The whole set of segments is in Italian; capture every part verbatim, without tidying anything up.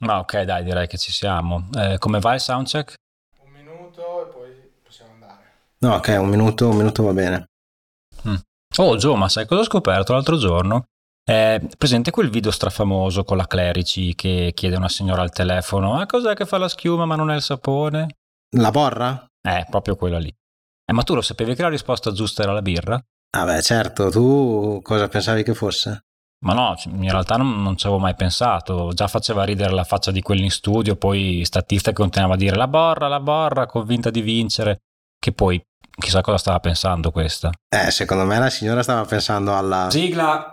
Ma ok, dai, direi che ci siamo. Eh, come va il soundcheck? Un minuto e poi possiamo andare. No, ok, un minuto, un minuto va bene. Mm. Oh, Gio, ma sai cosa ho scoperto l'altro giorno? È presente quel video strafamoso con la Clerici che chiede a una signora al telefono: ah, cos'è che fa la schiuma ma non è il sapone? La borra? Eh, proprio quella lì. Eh, ma tu lo sapevi che la risposta giusta era la birra? Ah beh, certo, tu cosa pensavi che fosse? Ma no, in realtà non, non ci avevo mai pensato. Già faceva ridere la faccia di quelli in studio, poi statista che continuava a dire la borra, la borra, convinta di vincere, che poi chissà cosa stava pensando questa. Eh, secondo me la signora stava pensando alla... Sigla!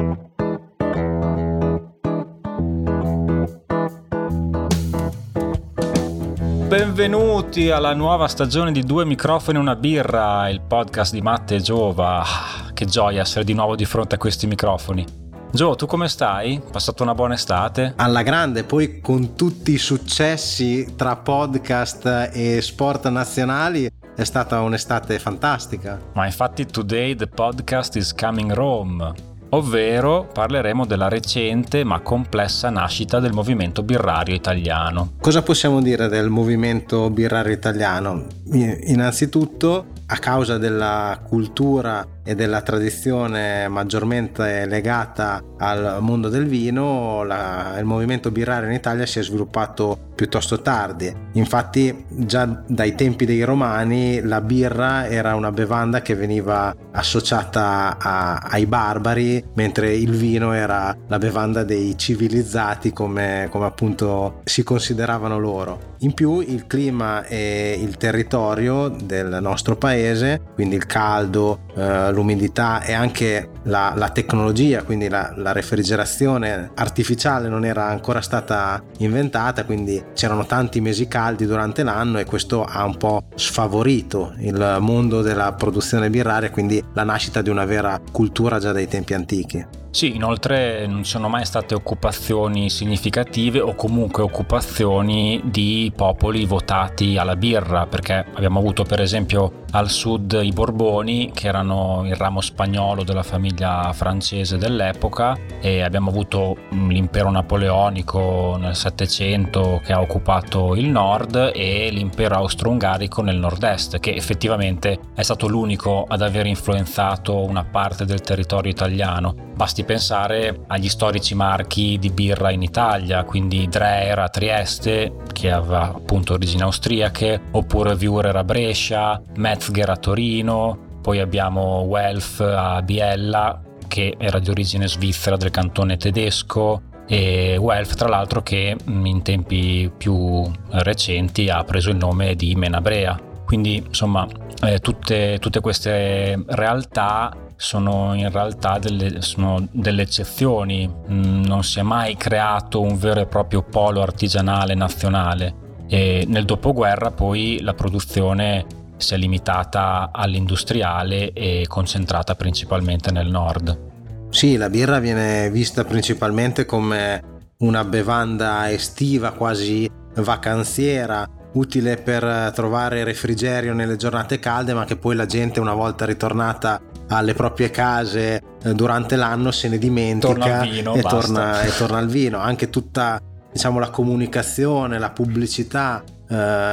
Benvenuti alla nuova stagione di Due microfoni e una birra, il podcast di Matte e Giova. Ah, che gioia essere di nuovo di fronte a questi microfoni. Gio, tu come stai? Passato una buona estate? Alla grande, poi con tutti i successi tra podcast e sport nazionali è stata un'estate fantastica. Ma infatti today the podcast is coming home, ovvero parleremo della recente ma complessa nascita del movimento birrario italiano. Cosa possiamo dire del movimento birrario italiano? Innanzitutto, a causa della cultura e della tradizione maggiormente legata al mondo del vino, la, il movimento birrario in Italia si è sviluppato piuttosto tardi. Infatti già dai tempi dei Romani la birra era una bevanda che veniva associata a, ai barbari, mentre il vino era la bevanda dei civilizzati, come, come appunto si consideravano loro. In più il clima e il territorio del nostro paese, quindi il caldo, eh, l'umidità e anche la, la tecnologia, quindi la, la refrigerazione artificiale non era ancora stata inventata, quindi c'erano tanti mesi caldi durante l'anno e questo ha un po' sfavorito il mondo della produzione birraria, quindi la nascita di una vera cultura già dai tempi antichi. Sì, inoltre non ci sono mai state occupazioni significative o comunque occupazioni di popoli votati alla birra, perché abbiamo avuto per esempio al sud i Borboni, che erano il ramo spagnolo della famiglia francese dell'epoca, e abbiamo avuto l'impero napoleonico nel Settecento che ha occupato il nord e l'impero austro-ungarico nel nord-est, che effettivamente è stato l'unico ad aver influenzato una parte del territorio italiano. Basti pensare agli storici marchi di birra in Italia, quindi Dreher a Trieste, che aveva appunto origini austriache, oppure Würer a Brescia, Metzger a Torino, poi abbiamo Welf a Biella, che era di origine svizzera del cantone tedesco, e Welf tra l'altro che in tempi più recenti ha preso il nome di Menabrea. Quindi insomma eh, tutte, tutte queste realtà sono in realtà delle, sono delle eccezioni. Non si è mai creato un vero e proprio polo artigianale nazionale, e nel dopoguerra poi la produzione si è limitata all'industriale e concentrata principalmente nel nord. Sì, la birra viene vista principalmente come una bevanda estiva, quasi vacanziera, utile per trovare refrigerio nelle giornate calde, ma che poi la gente, una volta ritornata alle proprie case eh, durante l'anno, se ne dimentica torna al vino, e, basta. torna, e torna al vino. Anche tutta, diciamo, la comunicazione, la pubblicità eh,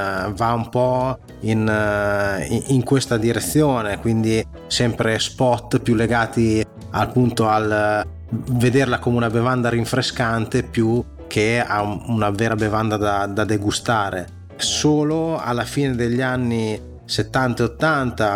va un po' in, in, in questa direzione, quindi sempre spot più legati appunto al vederla come una bevanda rinfrescante più che a una vera bevanda da, da degustare. Solo alla fine degli anni settanta e ottanta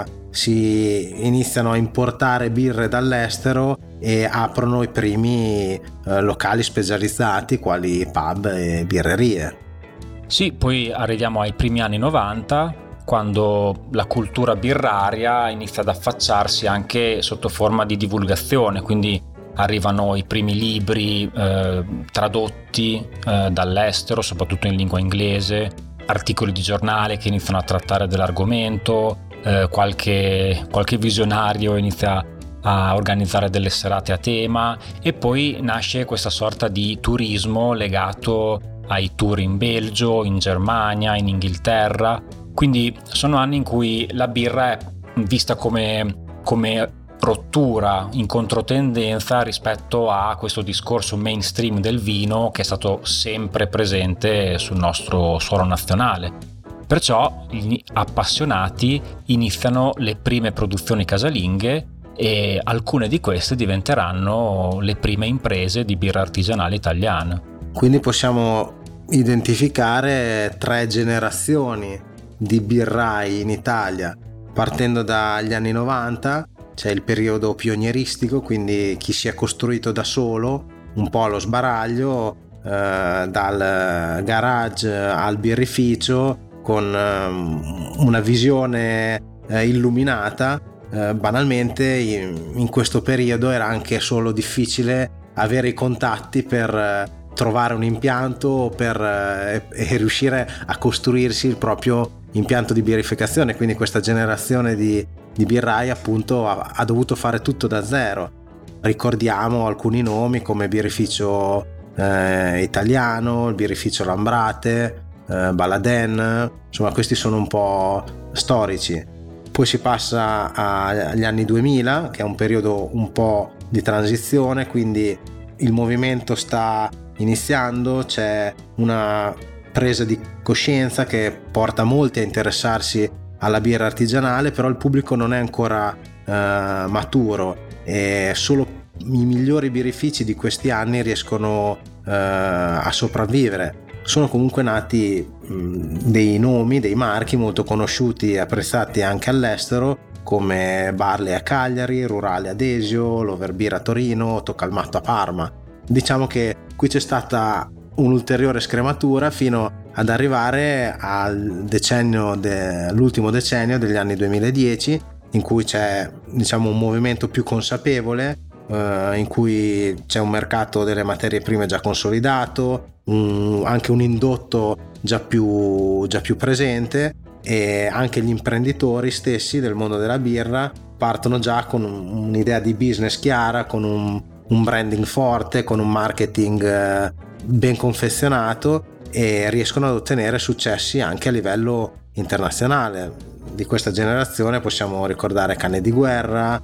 si iniziano a importare birre dall'estero e aprono i primi eh, locali specializzati quali pub e birrerie. Sì, poi arriviamo ai primi anni novanta, quando la cultura birraria inizia ad affacciarsi anche sotto forma di divulgazione, quindi arrivano i primi libri eh, tradotti eh, dall'estero, soprattutto in lingua inglese, articoli di giornale che iniziano a trattare dell'argomento, eh, qualche, qualche visionario inizia a organizzare delle serate a tema, e poi nasce questa sorta di turismo legato ai tour in Belgio, in Germania, in Inghilterra. Quindi sono anni in cui la birra è vista come, come rottura in controtendenza rispetto a questo discorso mainstream del vino che è stato sempre presente sul nostro suolo nazionale. Perciò gli appassionati iniziano le prime produzioni casalinghe e alcune di queste diventeranno le prime imprese di birra artigianale italiana. Quindi possiamo identificare tre generazioni di birrai in Italia, partendo dagli anni novanta. C'è il periodo pionieristico, quindi chi si è costruito da solo, un po' allo sbaraglio, eh, dal garage al birrificio, con eh, una visione eh, illuminata. Eh, banalmente in, in questo periodo era anche solo difficile avere i contatti per eh, trovare un impianto per, eh, e riuscire a costruirsi il proprio impianto di birrificazione, quindi questa generazione di, di birrai appunto ha, ha dovuto fare tutto da zero. Ricordiamo alcuni nomi come Birrificio eh, Italiano, il Birrificio Lambrate, eh, Baladin, insomma questi sono un po' storici. Poi si passa agli anni duemila, che è un periodo un po' di transizione, quindi il movimento sta iniziando, c'è una presa di coscienza che porta molti a interessarsi alla birra artigianale, però il pubblico non è ancora eh, maturo e solo i migliori birrifici di questi anni riescono eh, a sopravvivere. Sono comunque nati mh, dei nomi, dei marchi molto conosciuti e apprezzati anche all'estero, come Barley a Cagliari, Rurale ad Desio, l'Overbir a Torino, Tocalmatto a Parma. Diciamo che qui c'è stata un'ulteriore scrematura fino ad arrivare al decennio de, l'ultimo decennio degli anni duemiladieci, in cui c'è diciamo un movimento più consapevole, eh, in cui c'è un mercato delle materie prime già consolidato, un, anche un indotto già più, già più presente, e anche gli imprenditori stessi del mondo della birra partono già con un'idea di business chiara, con un, un branding forte, con un marketing eh, ben confezionato, e riescono ad ottenere successi anche a livello internazionale. Di questa generazione possiamo ricordare Canne di Guerra,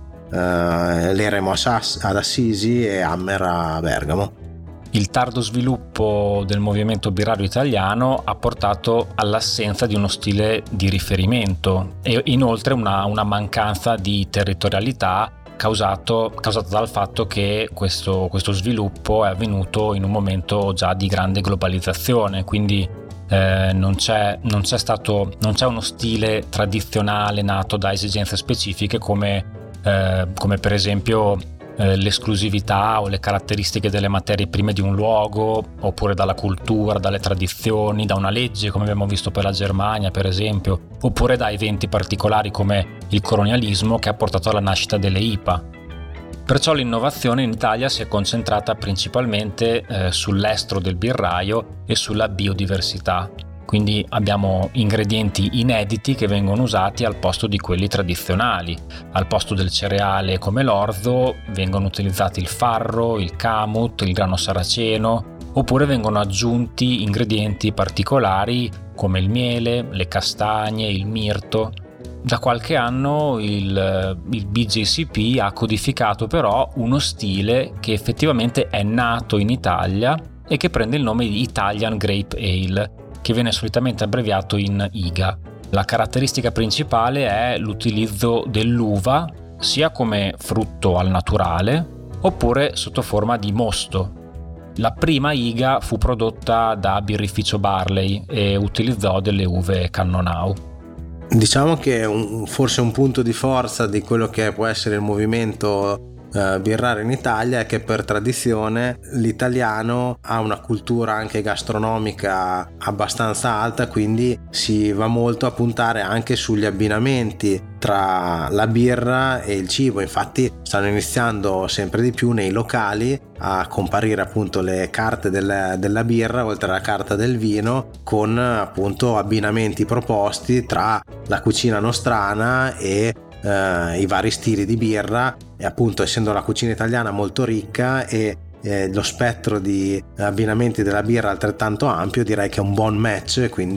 eh, l'Eremo ad Assisi e Hammer a Bergamo. Il tardo sviluppo del movimento birrario italiano ha portato all'assenza di uno stile di riferimento e inoltre una, una mancanza di territorialità causato, causata dal fatto che questo, questo sviluppo è avvenuto in un momento già di grande globalizzazione, quindi eh, non c'è, non c'è stato, non c'è uno stile tradizionale nato da esigenze specifiche come, eh, come per esempio eh, l'esclusività o le caratteristiche delle materie prime di un luogo, oppure dalla cultura, dalle tradizioni, da una legge come abbiamo visto per la Germania per esempio, oppure da eventi particolari come il colonialismo che ha portato alla nascita delle I P A. Perciò l'innovazione in Italia si è concentrata principalmente eh, sull'estro del birraio e sulla biodiversità. Quindi abbiamo ingredienti inediti che vengono usati al posto di quelli tradizionali. Al posto del cereale come l'orzo vengono utilizzati il farro, il kamut, il grano saraceno, oppure vengono aggiunti ingredienti particolari come il miele, le castagne, il mirto. Da qualche anno il, il B J C P ha codificato però uno stile che effettivamente è nato in Italia e che prende il nome di Italian Grape Ale, che viene solitamente abbreviato in I G A. La caratteristica principale è l'utilizzo dell'uva sia come frutto al naturale oppure sotto forma di mosto. La prima I G A fu prodotta da Birrificio Barley e utilizzò delle uve Cannonau. Diciamo che un, forse un punto di forza di quello che può essere il movimento Uh, birrario in Italia è che per tradizione l'italiano ha una cultura anche gastronomica abbastanza alta, quindi si va molto a puntare anche sugli abbinamenti tra la birra e il cibo. Infatti stanno iniziando sempre di più nei locali a comparire appunto le carte del, della birra oltre alla carta del vino, con appunto abbinamenti proposti tra la cucina nostrana e Uh, i vari stili di birra, e appunto essendo la cucina italiana molto ricca e eh, lo spettro di abbinamenti della birra altrettanto ampio, direi che è un buon match, quindi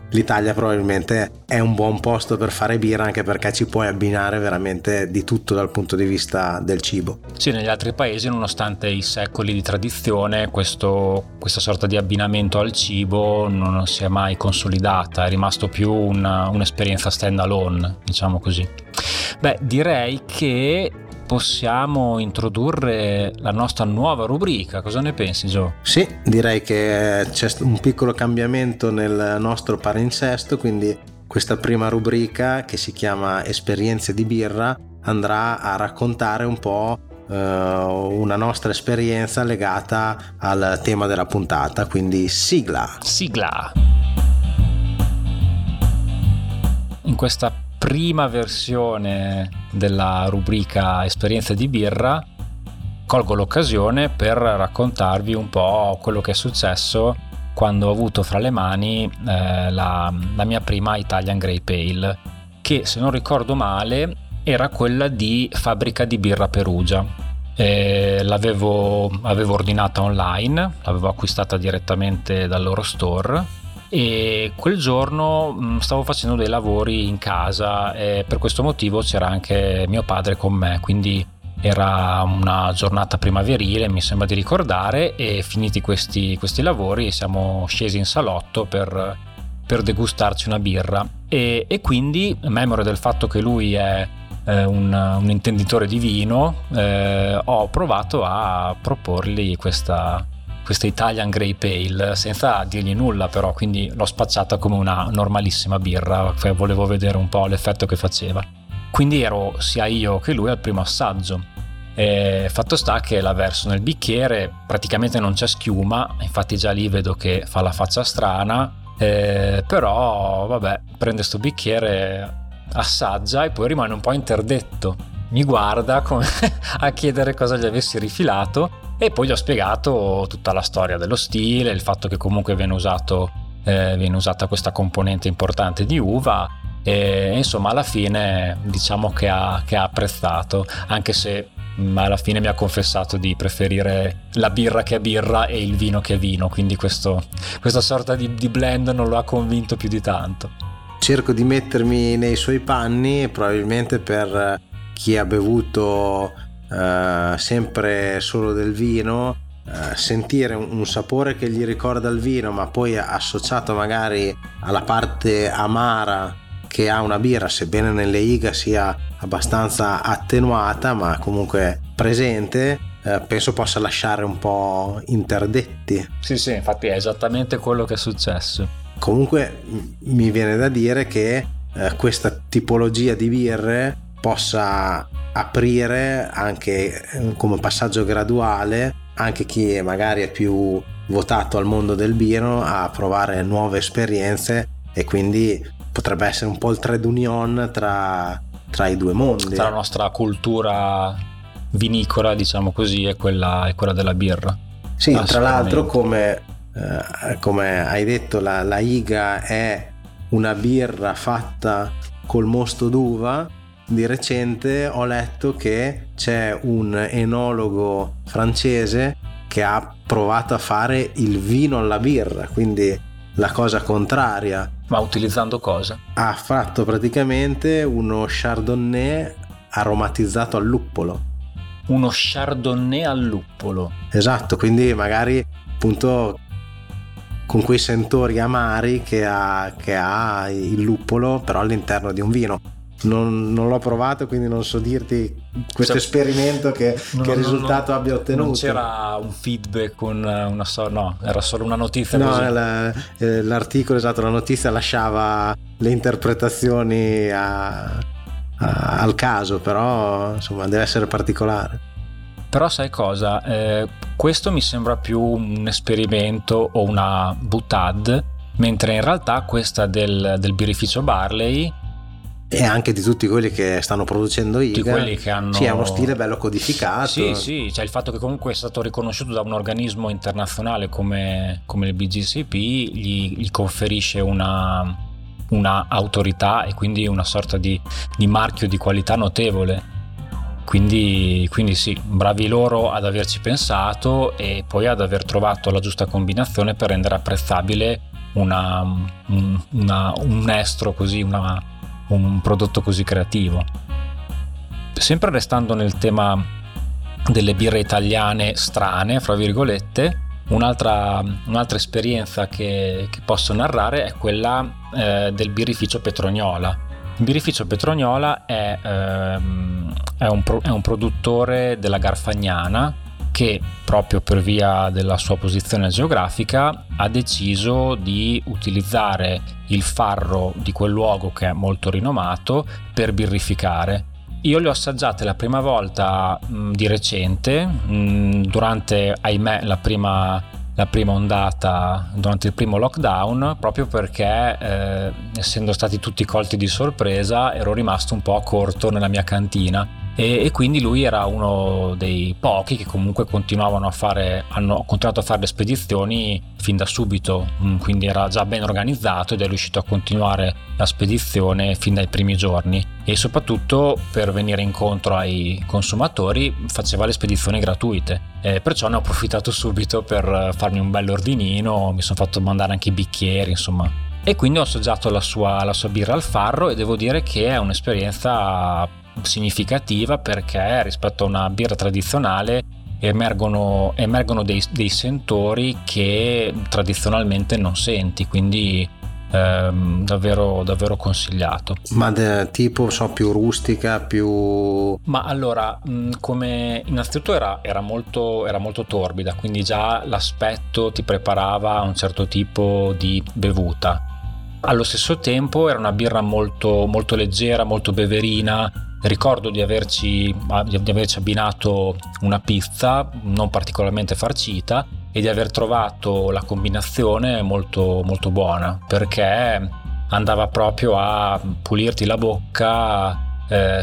l'Italia probabilmente è un buon posto per fare birra, anche perché ci puoi abbinare veramente di tutto dal punto di vista del cibo. Sì, negli altri paesi, nonostante i secoli di tradizione, questo, questa sorta di abbinamento al cibo non si è mai consolidata, è rimasto più una, un'esperienza stand alone, diciamo così. Beh, direi che possiamo introdurre la nostra nuova rubrica. Cosa ne pensi, Gio? Sì, direi che c'è un piccolo cambiamento nel nostro palinsesto, quindi questa prima rubrica, che si chiama Esperienze di birra, andrà a raccontare un po' eh, una nostra esperienza legata al tema della puntata, quindi sigla. Sigla. In questa prima versione della rubrica Esperienze di birra colgo l'occasione per raccontarvi un po' quello che è successo quando ho avuto fra le mani eh, la, la mia prima Italian Grape Ale, che, se non ricordo male, era quella di Fabbrica di Birra Perugia. Eh, l'avevo avevo ordinata online, l'avevo acquistata direttamente dal loro store, e quel giorno mh, stavo facendo dei lavori in casa e per questo motivo c'era anche mio padre con me, quindi era una giornata primaverile, mi sembra di ricordare, e finiti questi, questi lavori siamo scesi in salotto per, per degustarci una birra e, e quindi, memore del fatto che lui è eh, un, un intenditore di vino, eh, ho provato a proporgli questa questa Italian Grape Ale senza dirgli nulla, però, quindi l'ho spacciata come una normalissima birra, volevo vedere un po' l'effetto che faceva, quindi ero sia io che lui al primo assaggio. E fatto sta che la verso nel bicchiere, praticamente non c'è schiuma, infatti già lì vedo che fa la faccia strana, eh, però vabbè, prende sto bicchiere, assaggia e poi rimane un po' interdetto, mi guarda come a chiedere cosa gli avessi rifilato. E poi gli ho spiegato tutta la storia dello stile, il fatto che comunque viene usato eh, viene usata questa componente importante di uva, e insomma alla fine diciamo che ha, che ha apprezzato, anche se mh, alla fine mi ha confessato di preferire la birra che è birra e il vino che è vino, quindi questo, questa sorta di, di blend non lo ha convinto più di tanto. Cerco di mettermi nei suoi panni, probabilmente per chi ha bevuto Uh, sempre solo del vino, uh, sentire un, un sapore che gli ricorda il vino, ma poi associato magari alla parte amara che ha una birra, sebbene nelle I G A sia abbastanza attenuata ma comunque presente, uh, penso possa lasciare un po' interdetti. Sì, sì, infatti è esattamente quello che è successo. Comunque m- mi viene da dire che uh, questa tipologia di birre possa aprire anche come passaggio graduale anche chi magari è più votato al mondo del vino a provare nuove esperienze, e quindi potrebbe essere un po' il trade union tra, tra i due mondi, tra la nostra cultura vinicola, diciamo così, e quella, e quella della birra. Sì, tra l'altro, come, eh, come hai detto, la, la I G A è una birra fatta col mosto d'uva. Di recente ho letto che c'è un enologo francese che ha provato a fare il vino alla birra, quindi la cosa contraria. Ma utilizzando cosa? Ha fatto praticamente uno chardonnay aromatizzato al luppolo. Uno chardonnay al luppolo. Esatto, quindi magari appunto con quei sentori amari che ha, che ha il luppolo, però all'interno di un vino. Non, non l'ho provato, quindi non so dirti questo cioè, esperimento che, no, che no, risultato no, abbia ottenuto. Non c'era un feedback con una so- no, era solo una notizia. No, così. La, eh, l'articolo, esatto, la notizia lasciava le interpretazioni a, a, al caso, però insomma deve essere particolare. Però sai cosa? Eh, questo mi sembra più un esperimento o una boutade, mentre in realtà questa del, del birrificio Barley e anche di tutti quelli che stanno producendo I G A, tutti quelli che hanno... sì, ha uno stile bello codificato. Sì, sì, cioè il fatto che comunque è stato riconosciuto da un organismo internazionale come, come il B G C P gli, gli conferisce una, una autorità e quindi una sorta di, di marchio di qualità notevole. Quindi, quindi sì, bravi loro ad averci pensato e poi ad aver trovato la giusta combinazione per rendere apprezzabile una, un, una, un estro così, una, un prodotto così creativo. Sempre restando nel tema delle birre italiane strane, fra virgolette, un'altra, un'altra esperienza che, che posso narrare è quella eh, del birrificio Petrognola. Il birrificio Petrognola è, ehm, è, un pro, è un produttore della Garfagnana che, proprio per via della sua posizione geografica, ha deciso di utilizzare il farro di quel luogo, che è molto rinomato, per birrificare. Io le ho assaggiate la prima volta mh, di recente, mh, durante, ahimè, la prima, la prima ondata, durante il primo lockdown, proprio perché, eh, essendo stati tutti colti di sorpresa, ero rimasto un po' corto nella mia cantina. E, e quindi lui era uno dei pochi che comunque continuavano a fare, hanno continuato a fare le spedizioni fin da subito, quindi era già ben organizzato ed è riuscito a continuare la spedizione fin dai primi giorni, e soprattutto, per venire incontro ai consumatori, faceva le spedizioni gratuite, e perciò ne ho approfittato subito per farmi un bel ordinino, mi sono fatto mandare anche i bicchieri, insomma. E quindi ho assaggiato la sua, la sua birra al farro, e devo dire che è un'esperienza significativa, perché rispetto a una birra tradizionale emergono, emergono dei, dei sentori che tradizionalmente non senti, quindi ehm, davvero, davvero consigliato. Ma de, tipo so più rustica, più... Ma allora, come innanzitutto era, era, molto, era molto torbida, quindi già l'aspetto ti preparava a un certo tipo di bevuta. Allo stesso tempo era una birra molto, molto leggera, molto beverina. Ricordo di averci, di averci abbinato una pizza non particolarmente farcita e di aver trovato la combinazione molto, molto buona, perché andava proprio a pulirti la bocca eh,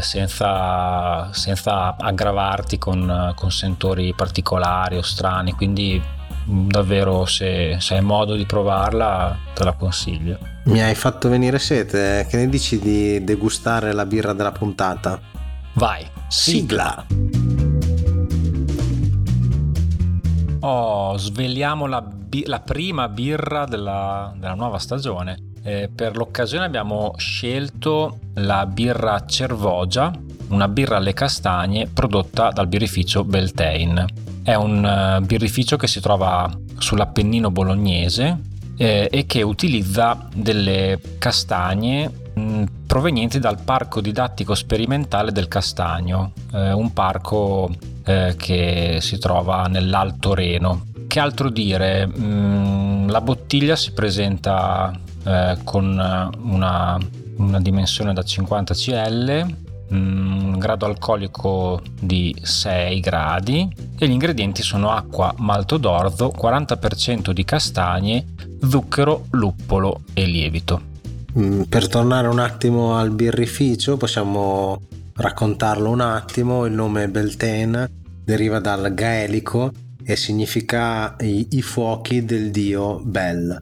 senza, senza aggravarti con, con sentori particolari o strani, quindi davvero, se, se hai modo di provarla, te la consiglio. Mi hai fatto venire sete, che ne dici di degustare la birra della puntata? Vai, sigla! Oh, sveliamo la, bi- la prima birra della, della nuova stagione. Eh, per l'occasione abbiamo scelto la birra Cervogia, una birra alle castagne prodotta dal birrificio Beltane. È un uh, birrificio che si trova sull'Appennino bolognese eh, e che utilizza delle castagne mh, provenienti dal Parco Didattico Sperimentale del Castagno, eh, un parco eh, che si trova nell'Alto Reno. Che altro dire? Mh, la bottiglia si presenta eh, con una, una dimensione da cinquanta centilitri, un grado alcolico di sei gradi, e gli ingredienti sono acqua, malto d'orzo, quaranta per cento di castagne, zucchero, luppolo e lievito. Per tornare un attimo al birrificio, possiamo raccontarlo un attimo. Il nome Beltane deriva dal gaelico e significa i, i fuochi del dio Bel,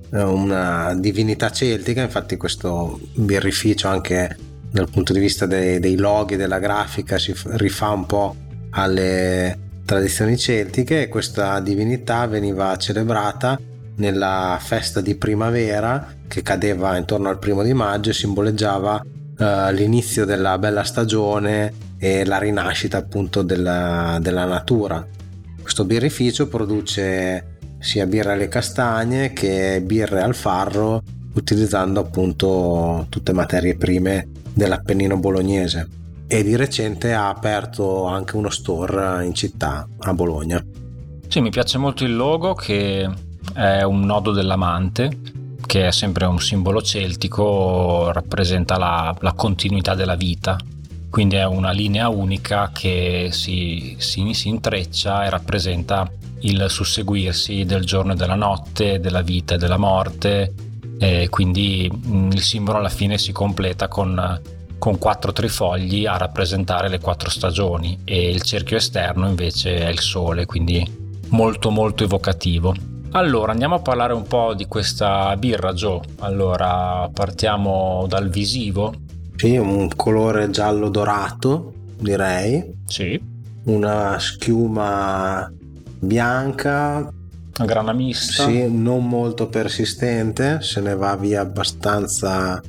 una divinità celtica. Infatti questo birrificio, anche dal punto di vista dei, dei loghi, della grafica, si rifà un po' alle tradizioni celtiche, e questa divinità veniva celebrata nella festa di primavera che cadeva intorno al primo di maggio e simboleggiava eh, l'inizio della bella stagione e la rinascita appunto della, della natura. Questo birrificio produce sia birre alle castagne che birre al farro, utilizzando appunto tutte materie prime dell'Appennino bolognese, e di recente ha aperto anche uno store in città, a Bologna. Sì, mi piace molto il logo, che è un nodo dell'amante, che è sempre un simbolo celtico, rappresenta la, la continuità della vita, quindi è una linea unica che si, si, si intreccia e rappresenta il susseguirsi del giorno e della notte, della vita e della morte. E quindi il simbolo alla fine si completa con, con quattro trifogli a rappresentare le quattro stagioni, e il cerchio esterno invece è il sole, quindi molto molto evocativo. Allora, andiamo a parlare un po' di questa birra, Joe. Allora, partiamo dal visivo. Sì, un colore giallo dorato, direi. Sì. Una schiuma bianca. a grana mista. Sì, non molto persistente, se ne va via abbastanza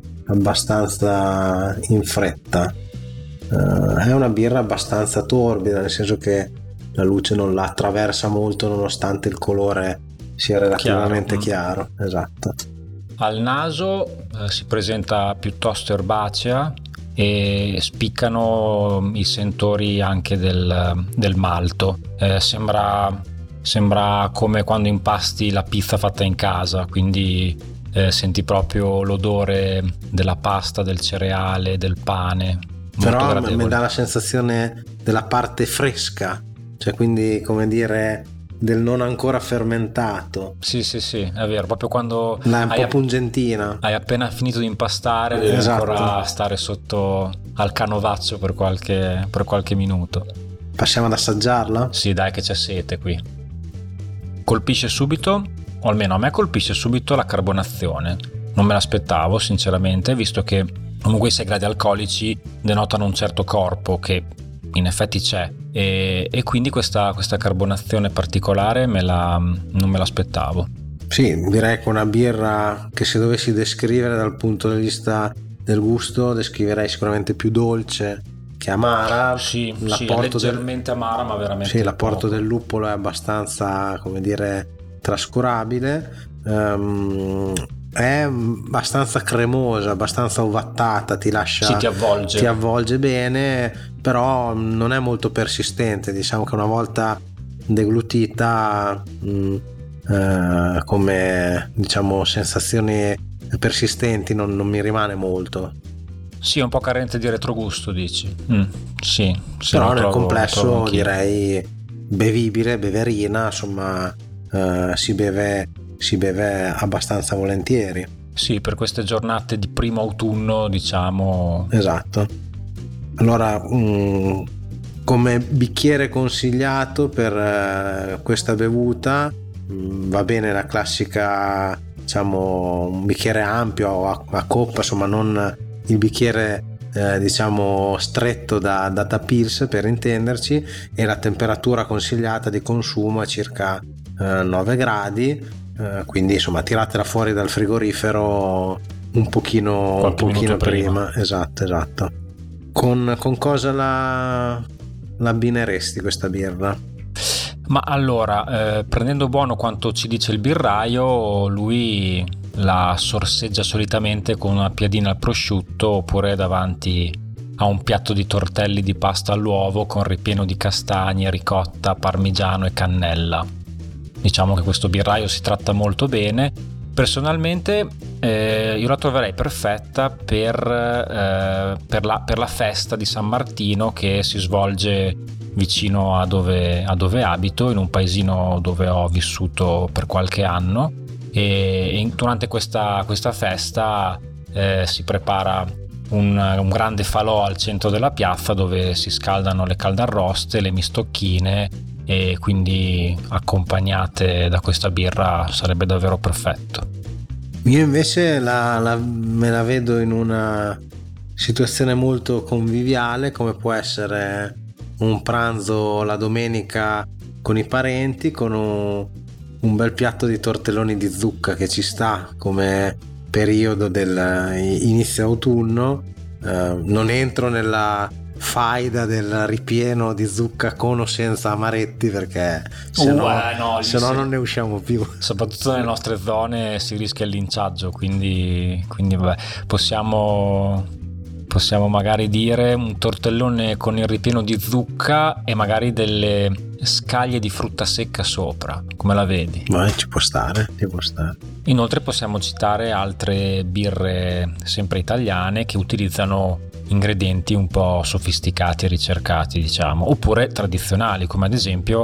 abbastanza in fretta. Uh, è una birra abbastanza torbida, nel senso che la luce non la attraversa molto nonostante il colore sia relativamente chiaro, chiaro. Esatto. Al naso eh, si presenta piuttosto erbacea e spiccano i sentori anche del, del malto. Eh, sembra, sembra come quando impasti la pizza fatta in casa, quindi eh, senti proprio l'odore della pasta, del cereale, del pane. Però mi dà la sensazione della parte fresca, cioè quindi come dire del non ancora fermentato. Sì, sì, sì, è vero, proprio quando la è un hai po' pungentina. Hai appena finito di impastare, devi esatto. ancora stare sotto al canovaccio per qualche, per qualche minuto. Passiamo ad assaggiarla? Sì, dai che c'è sete qui. Colpisce subito, o almeno a me colpisce subito la carbonazione. Non me l'aspettavo sinceramente, visto che comunque i sei gradi alcolici denotano un certo corpo che in effetti c'è, e, e quindi questa, questa carbonazione particolare me la, non me l'aspettavo. Sì, direi che una birra che se dovessi descrivere dal punto di vista del gusto descriverei sicuramente più dolce che amara. Sì, l'apporto sì, è leggermente del... amara, ma veramente sì, l'apporto poco. del luppolo è abbastanza, come dire, trascurabile. Um, è abbastanza cremosa, abbastanza ovattata, ti lascia, sì, ti avvolge. ti avvolge bene, però non è molto persistente. Diciamo che una volta deglutita mh, eh, come diciamo sensazioni persistenti non, non mi rimane molto. Sì, è un po' carente di retrogusto, dici? Mm, sì, sì, però nel trovo, complesso direi bevibile, beverina, insomma, eh, si beve si beve abbastanza volentieri. Sì, per queste giornate di primo autunno, diciamo. Esatto. Allora, mh, come bicchiere consigliato per eh, questa bevuta mh, va bene la classica, diciamo, un bicchiere ampio a, a coppa, insomma, non il bicchiere eh, diciamo stretto da, da tapils, per intenderci, e la temperatura consigliata di consumo è circa eh, nove gradi. Uh, quindi insomma tiratela fuori dal frigorifero un pochino, un pochino prima. prima esatto esatto con, con cosa la, la abbineresti questa birra? Ma allora eh, prendendo buono quanto ci dice il birraio, lui la sorseggia solitamente con una piadina al prosciutto oppure davanti a un piatto di tortelli di pasta all'uovo con ripieno di castagne, ricotta, parmigiano e cannella. Diciamo che questo birraio si tratta molto bene. Personalmente eh, io la troverei perfetta per, eh, per, la, per la festa di San Martino che si svolge vicino a dove, a dove abito, in un paesino dove ho vissuto per qualche anno, e, e durante questa, questa festa eh, si prepara un, un grande falò al centro della piazza dove si scaldano le caldarroste, le mistocchine, e quindi accompagnate da questa birra sarebbe davvero perfetto. Io invece la, la, me la vedo in una situazione molto conviviale, come può essere un pranzo la domenica con i parenti, con un, un bel piatto di tortelloni di zucca che ci sta come periodo del inizio autunno. Eh, non entro nella faida del ripieno di zucca con o senza amaretti, perché se, uh, no, eh, no, se no non ne usciamo più. Soprattutto nelle nostre zone si rischia il linciaggio, quindi, quindi vabbè, possiamo, possiamo magari dire un tortellone con il ripieno di zucca e magari delle scaglie di frutta secca sopra. Come la vedi? Ma ci può stare, ci può stare. Inoltre possiamo citare altre birre sempre italiane che utilizzano ingredienti un po' sofisticati e ricercati, diciamo, oppure tradizionali, come ad esempio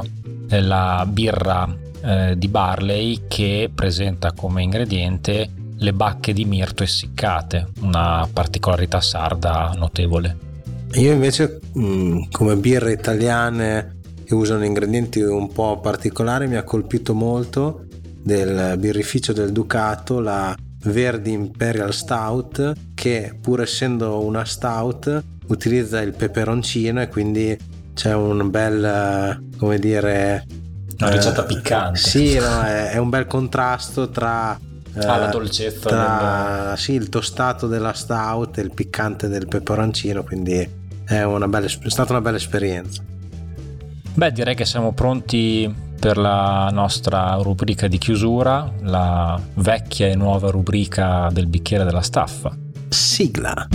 la birra eh, di Barley, che presenta come ingrediente le bacche di mirto essiccate, una particolarità sarda notevole. Io invece mh, come birre italiane che usano ingredienti un po' particolari mi ha colpito molto del birrificio del Ducato la Verdi Imperial Stout, che pur essendo una stout utilizza il peperoncino e quindi c'è un bel, come dire, Una ricetta eh, piccante. Sì, no, è, è un bel contrasto tra eh, ah, la dolcezza tra del... sì, il tostato della stout e il piccante del peperoncino, quindi è, una bella, è stata una bella esperienza. Beh, direi che siamo pronti per la nostra rubrica di chiusura, la vecchia e nuova rubrica del bicchiere della staffa. Sigla.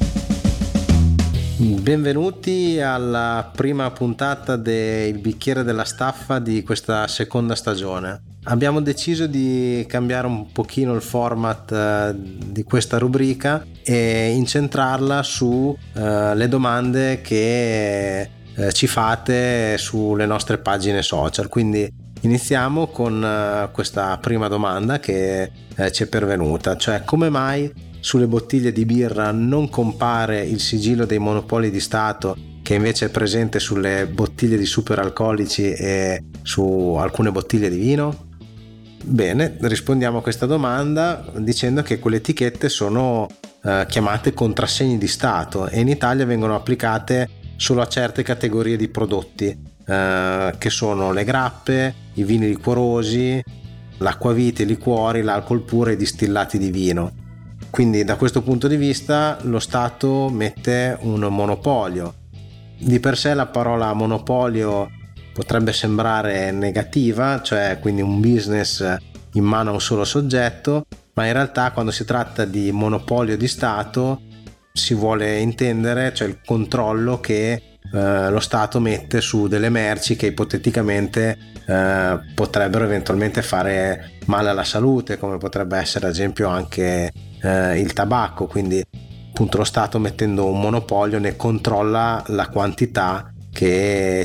Benvenuti alla prima puntata del bicchiere della staffa di questa seconda stagione. Abbiamo deciso di cambiare un pochino il format di questa rubrica e incentrarla su uh, le domande che uh, ci fate sulle nostre pagine social. Quindi iniziamo con uh, questa prima domanda che uh, ci è pervenuta, cioè come mai sulle bottiglie di birra non compare il sigillo dei monopoli di Stato che invece è presente sulle bottiglie di superalcolici e su alcune bottiglie di vino? Bene, rispondiamo a questa domanda dicendo che quelle etichette sono eh, chiamate contrassegni di Stato e in Italia vengono applicate solo a certe categorie di prodotti eh, che sono le grappe, i vini liquorosi, l'acquavite, i liquori, l'alcol puro e i distillati di vino. Quindi da questo punto di vista lo Stato mette un monopolio. Di per sé la parola monopolio potrebbe sembrare negativa, cioè quindi un business in mano a un solo soggetto, ma in realtà quando si tratta di monopolio di Stato si vuole intendere, cioè il controllo che eh, lo Stato mette su delle merci che ipoteticamente eh, potrebbero eventualmente fare male alla salute, come potrebbe essere ad esempio anche eh, il tabacco. Quindi appunto lo Stato, mettendo un monopolio, ne controlla la quantità che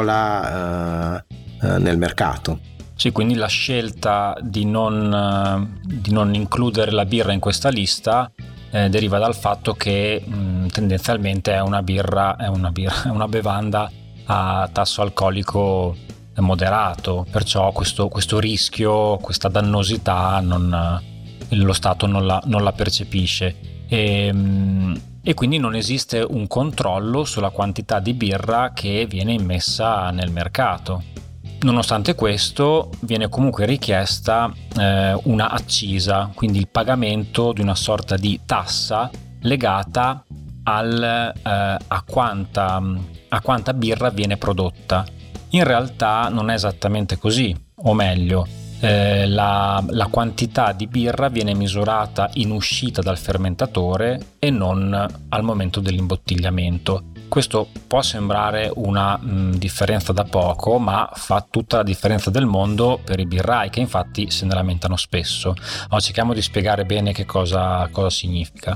circola eh, eh, nel mercato. Sì, quindi la scelta di non, di non includere la birra in questa lista eh, deriva dal fatto che mh, tendenzialmente è una birra, è una birra, è una bevanda a tasso alcolico moderato, perciò questo, questo rischio, questa dannosità non, lo Stato non la, non la percepisce e, e quindi non esiste un controllo sulla quantità di birra che viene immessa nel mercato. Nonostante questo viene comunque richiesta eh, una accisa, quindi il pagamento di una sorta di tassa legata al, eh, a, quanta, a quanta birra viene prodotta. In realtà non è esattamente così, o meglio, eh, la, la quantità di birra viene misurata in uscita dal fermentatore e non al momento dell'imbottigliamento. Questo può sembrare una mh, differenza da poco, ma fa tutta la differenza del mondo per i birrai, che infatti se ne lamentano spesso. Allora, cerchiamo di spiegare bene che cosa, cosa significa.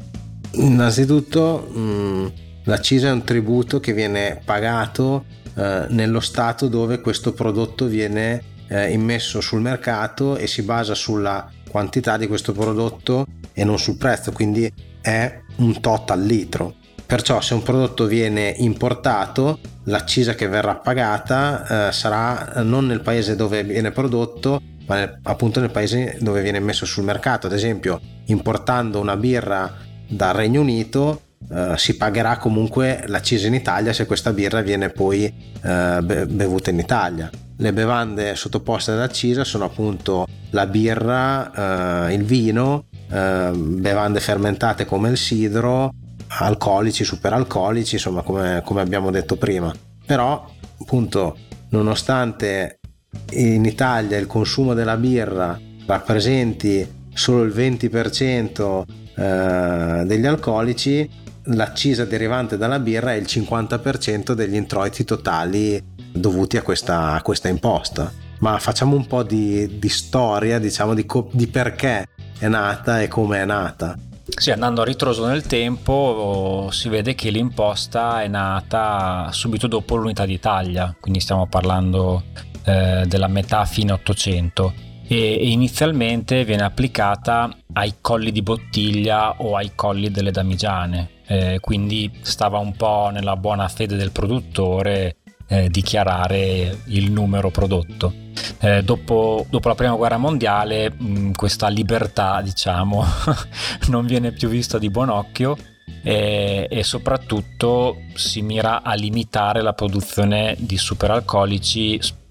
Innanzitutto mh, l'accisa è un tributo che viene pagato eh, nello stato dove questo prodotto viene eh, immesso sul mercato e si basa sulla quantità di questo prodotto e non sul prezzo, quindi è un tot al litro. Perciò se un prodotto viene importato, l'accisa che verrà pagata eh, sarà non nel paese dove viene prodotto, ma nel, appunto nel paese dove viene messo sul mercato. Ad esempio, importando una birra dal Regno Unito eh, si pagherà comunque l'accisa in Italia se questa birra viene poi eh, bevuta in Italia. Le bevande sottoposte ad accisa sono appunto la birra, eh, il vino, eh, bevande fermentate come il sidro, alcolici, superalcolici, insomma come, come abbiamo detto prima. Però appunto, nonostante in Italia il consumo della birra rappresenti solo il venti per cento eh, degli alcolici, l'accisa derivante dalla birra è il cinquanta per cento degli introiti totali dovuti a questa, a questa imposta. Ma facciamo un po' di, di storia, diciamo, di, co- di perché è nata e come è nata. Sì, andando a ritroso nel tempo si vede che l'imposta è nata subito dopo l'Unità d'Italia, quindi stiamo parlando eh, della metà fine Ottocento, e, e inizialmente viene applicata ai colli di bottiglia o ai colli delle damigiane, eh, quindi stava un po' nella buona fede del produttore eh, dichiarare il numero prodotto. Eh, dopo, dopo la prima guerra mondiale mh, questa libertà, diciamo, non viene più vista di buon occhio e, e soprattutto si mira a limitare la produzione di superalcolici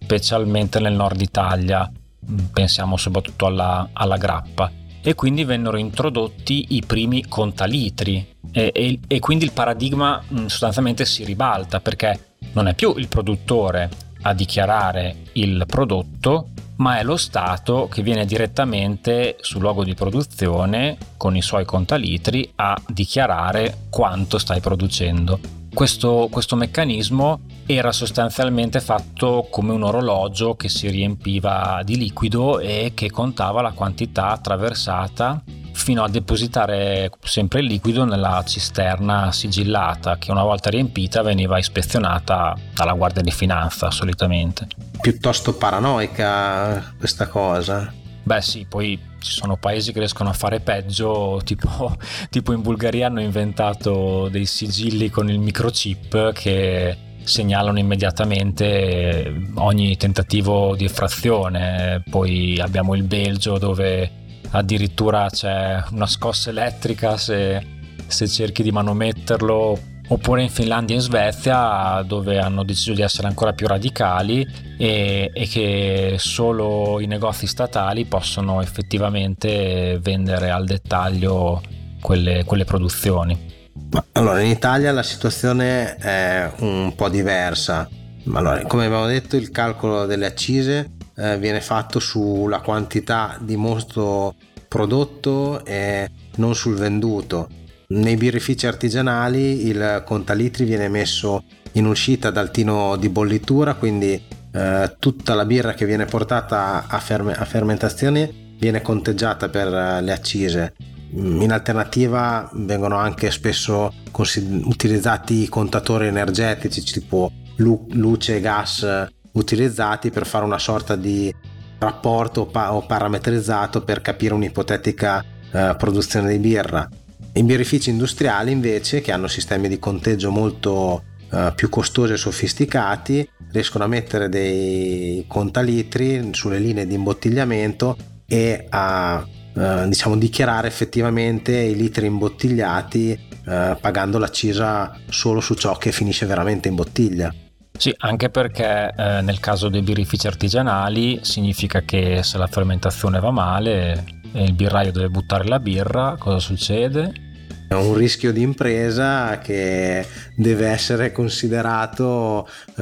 specialmente nel nord Italia, pensiamo soprattutto alla, alla grappa, e quindi vennero introdotti i primi contalitri e, e, e quindi il paradigma sostanzialmente si ribalta, perché non è più il produttore a dichiarare il prodotto, ma è lo Stato che viene direttamente sul luogo di produzione con i suoi contalitri a dichiarare quanto stai producendo. Questo, questo meccanismo era sostanzialmente fatto come un orologio che si riempiva di liquido e che contava la quantità attraversata fino a depositare sempre il liquido nella cisterna sigillata, che una volta riempita veniva ispezionata dalla Guardia di Finanza solitamente. Piuttosto paranoica questa cosa. Beh sì, poi ci sono paesi che riescono a fare peggio, tipo, tipo in Bulgaria hanno inventato dei sigilli con il microchip che segnalano immediatamente ogni tentativo di effrazione. Poi abbiamo il Belgio, dove addirittura c'è una scossa elettrica se, se cerchi di manometterlo, oppure in Finlandia e in Svezia, dove hanno deciso di essere ancora più radicali e, e che solo i negozi statali possono effettivamente vendere al dettaglio quelle, quelle produzioni. Ma allora, in Italia la situazione è un po' diversa. Allora, come abbiamo detto, il calcolo delle accise eh, viene fatto sulla quantità di mosto prodotto e non sul venduto. Nei birrifici artigianali il contalitri viene messo in uscita dal tino di bollitura, quindi eh, tutta la birra che viene portata a, ferme- a fermentazione viene conteggiata per uh, le accise. In alternativa vengono anche spesso consider- utilizzati contatori energetici tipo lu- luce e gas utilizzati per fare una sorta di rapporto pa- o parametrizzato per capire un'ipotetica uh, produzione di birra. I birrifici industriali invece, che hanno sistemi di conteggio molto uh, più costosi e sofisticati, riescono a mettere dei contalitri sulle linee di imbottigliamento e a uh, diciamo dichiarare effettivamente i litri imbottigliati uh, pagando l'accisa solo su ciò che finisce veramente in bottiglia. Sì, anche perché eh, nel caso dei birrifici artigianali significa che se la fermentazione va male e il birraio deve buttare la birra, cosa succede? È un rischio di impresa che deve essere considerato uh,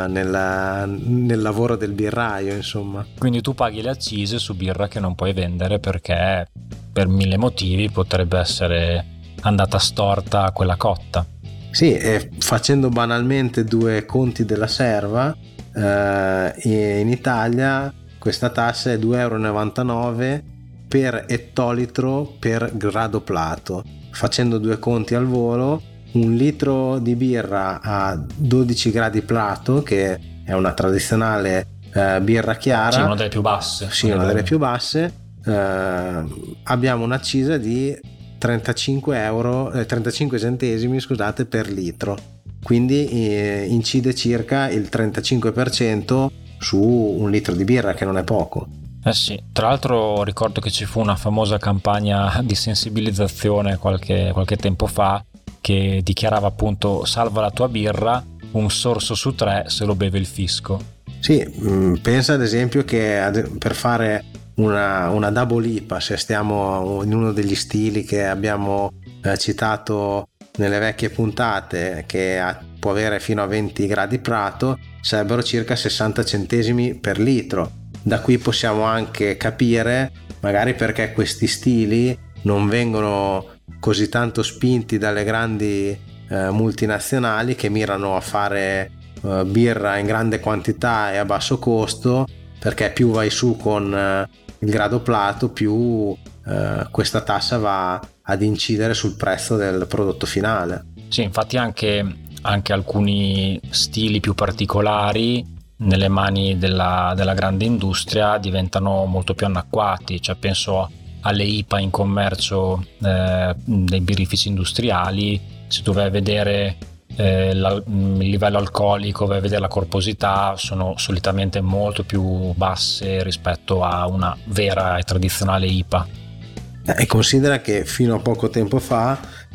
nella, nel lavoro del birraio, insomma. Quindi tu paghi le accise su birra che non puoi vendere perché per mille motivi potrebbe essere andata storta quella cotta. Sì, e facendo banalmente due conti della serva, eh, in Italia questa tassa è due virgola novantanove euro per ettolitro per grado plato. Facendo due conti al volo, un litro di birra a dodici gradi plato, che è una tradizionale eh, birra chiara, sì, una delle più basse, sì, una delle più basse, eh, abbiamo un'accisa di trentacinque euro, eh, trentacinque centesimi scusate per litro, quindi eh, incide circa il trentacinque per cento su un litro di birra, che non è poco. Eh sì, tra l'altro ricordo che ci fu una famosa campagna di sensibilizzazione qualche, qualche tempo fa che dichiarava appunto: salva la tua birra, un sorso su tre se lo beve il fisco. Sì, mh, pensa ad esempio che per fare una, una double I P A, se stiamo in uno degli stili che abbiamo eh, citato nelle vecchie puntate, che ha, può avere fino a venti gradi prato, sarebbero circa sessanta centesimi per litro. Da qui possiamo anche capire magari perché questi stili non vengono così tanto spinti dalle grandi eh, multinazionali che mirano a fare eh, birra in grande quantità e a basso costo, perché più vai su con eh, il grado plato, più eh, questa tassa va ad incidere sul prezzo del prodotto finale. Sì, infatti anche, anche alcuni stili più particolari nelle mani della, della grande industria diventano molto più anacquati, cioè penso alle I P A in commercio eh, dei birrifici industriali. Se tu vai a vedere eh, la, il livello alcolico, vai a vedere la corposità, sono solitamente molto più basse rispetto a una vera e tradizionale I P A. E considera che fino a poco tempo fa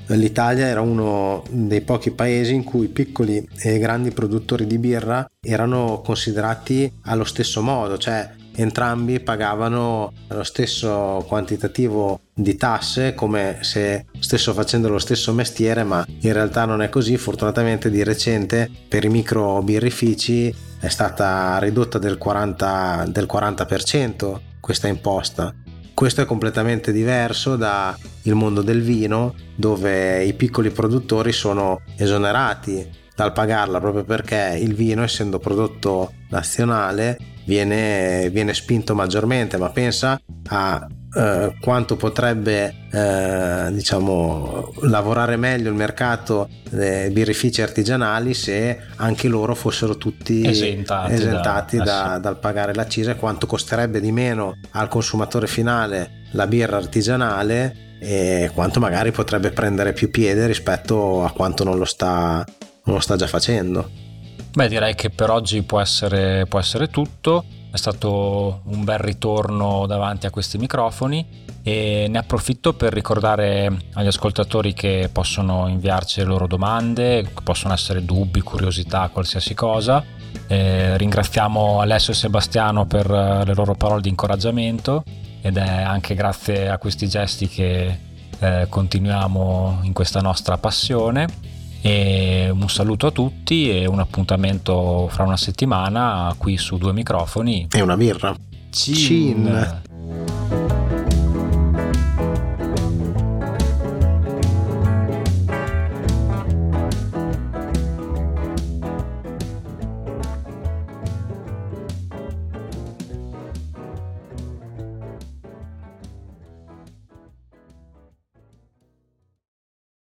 l'Italia era uno dei pochi paesi in cui piccoli e grandi produttori di birra erano considerati allo stesso modo, cioè entrambi pagavano lo stesso quantitativo di tasse, come se stessero facendo lo stesso mestiere, ma in realtà non è così. Fortunatamente di recente per i micro birrifici è stata ridotta del quaranta del quaranta per cento questa imposta. Questo è completamente diverso dal mondo del vino, dove i piccoli produttori sono esonerati dal pagarla, proprio perché il vino, essendo prodotto nazionale, viene, viene spinto maggiormente. Ma pensa a eh, quanto potrebbe eh, diciamo lavorare meglio il mercato dei birrifici artigianali se anche loro fossero tutti esentati, esentati da, da, eh sì. dal pagare l'accisa, e quanto costerebbe di meno al consumatore finale la birra artigianale, e quanto magari potrebbe prendere più piede rispetto a quanto non lo sta, non lo sta già facendo. Beh, direi che per oggi può essere, può essere tutto. È stato un bel ritorno davanti a questi microfoni, e ne approfitto per ricordare agli ascoltatori che possono inviarci le loro domande, che possono essere dubbi, curiosità, qualsiasi cosa. Eh, ringraziamo Alessio e Sebastiano per le loro parole di incoraggiamento, ed è anche grazie a questi gesti che eh, continuiamo in questa nostra passione. E un saluto a tutti e un appuntamento fra una settimana qui su Due Microfoni E una birra. Cin. Cin.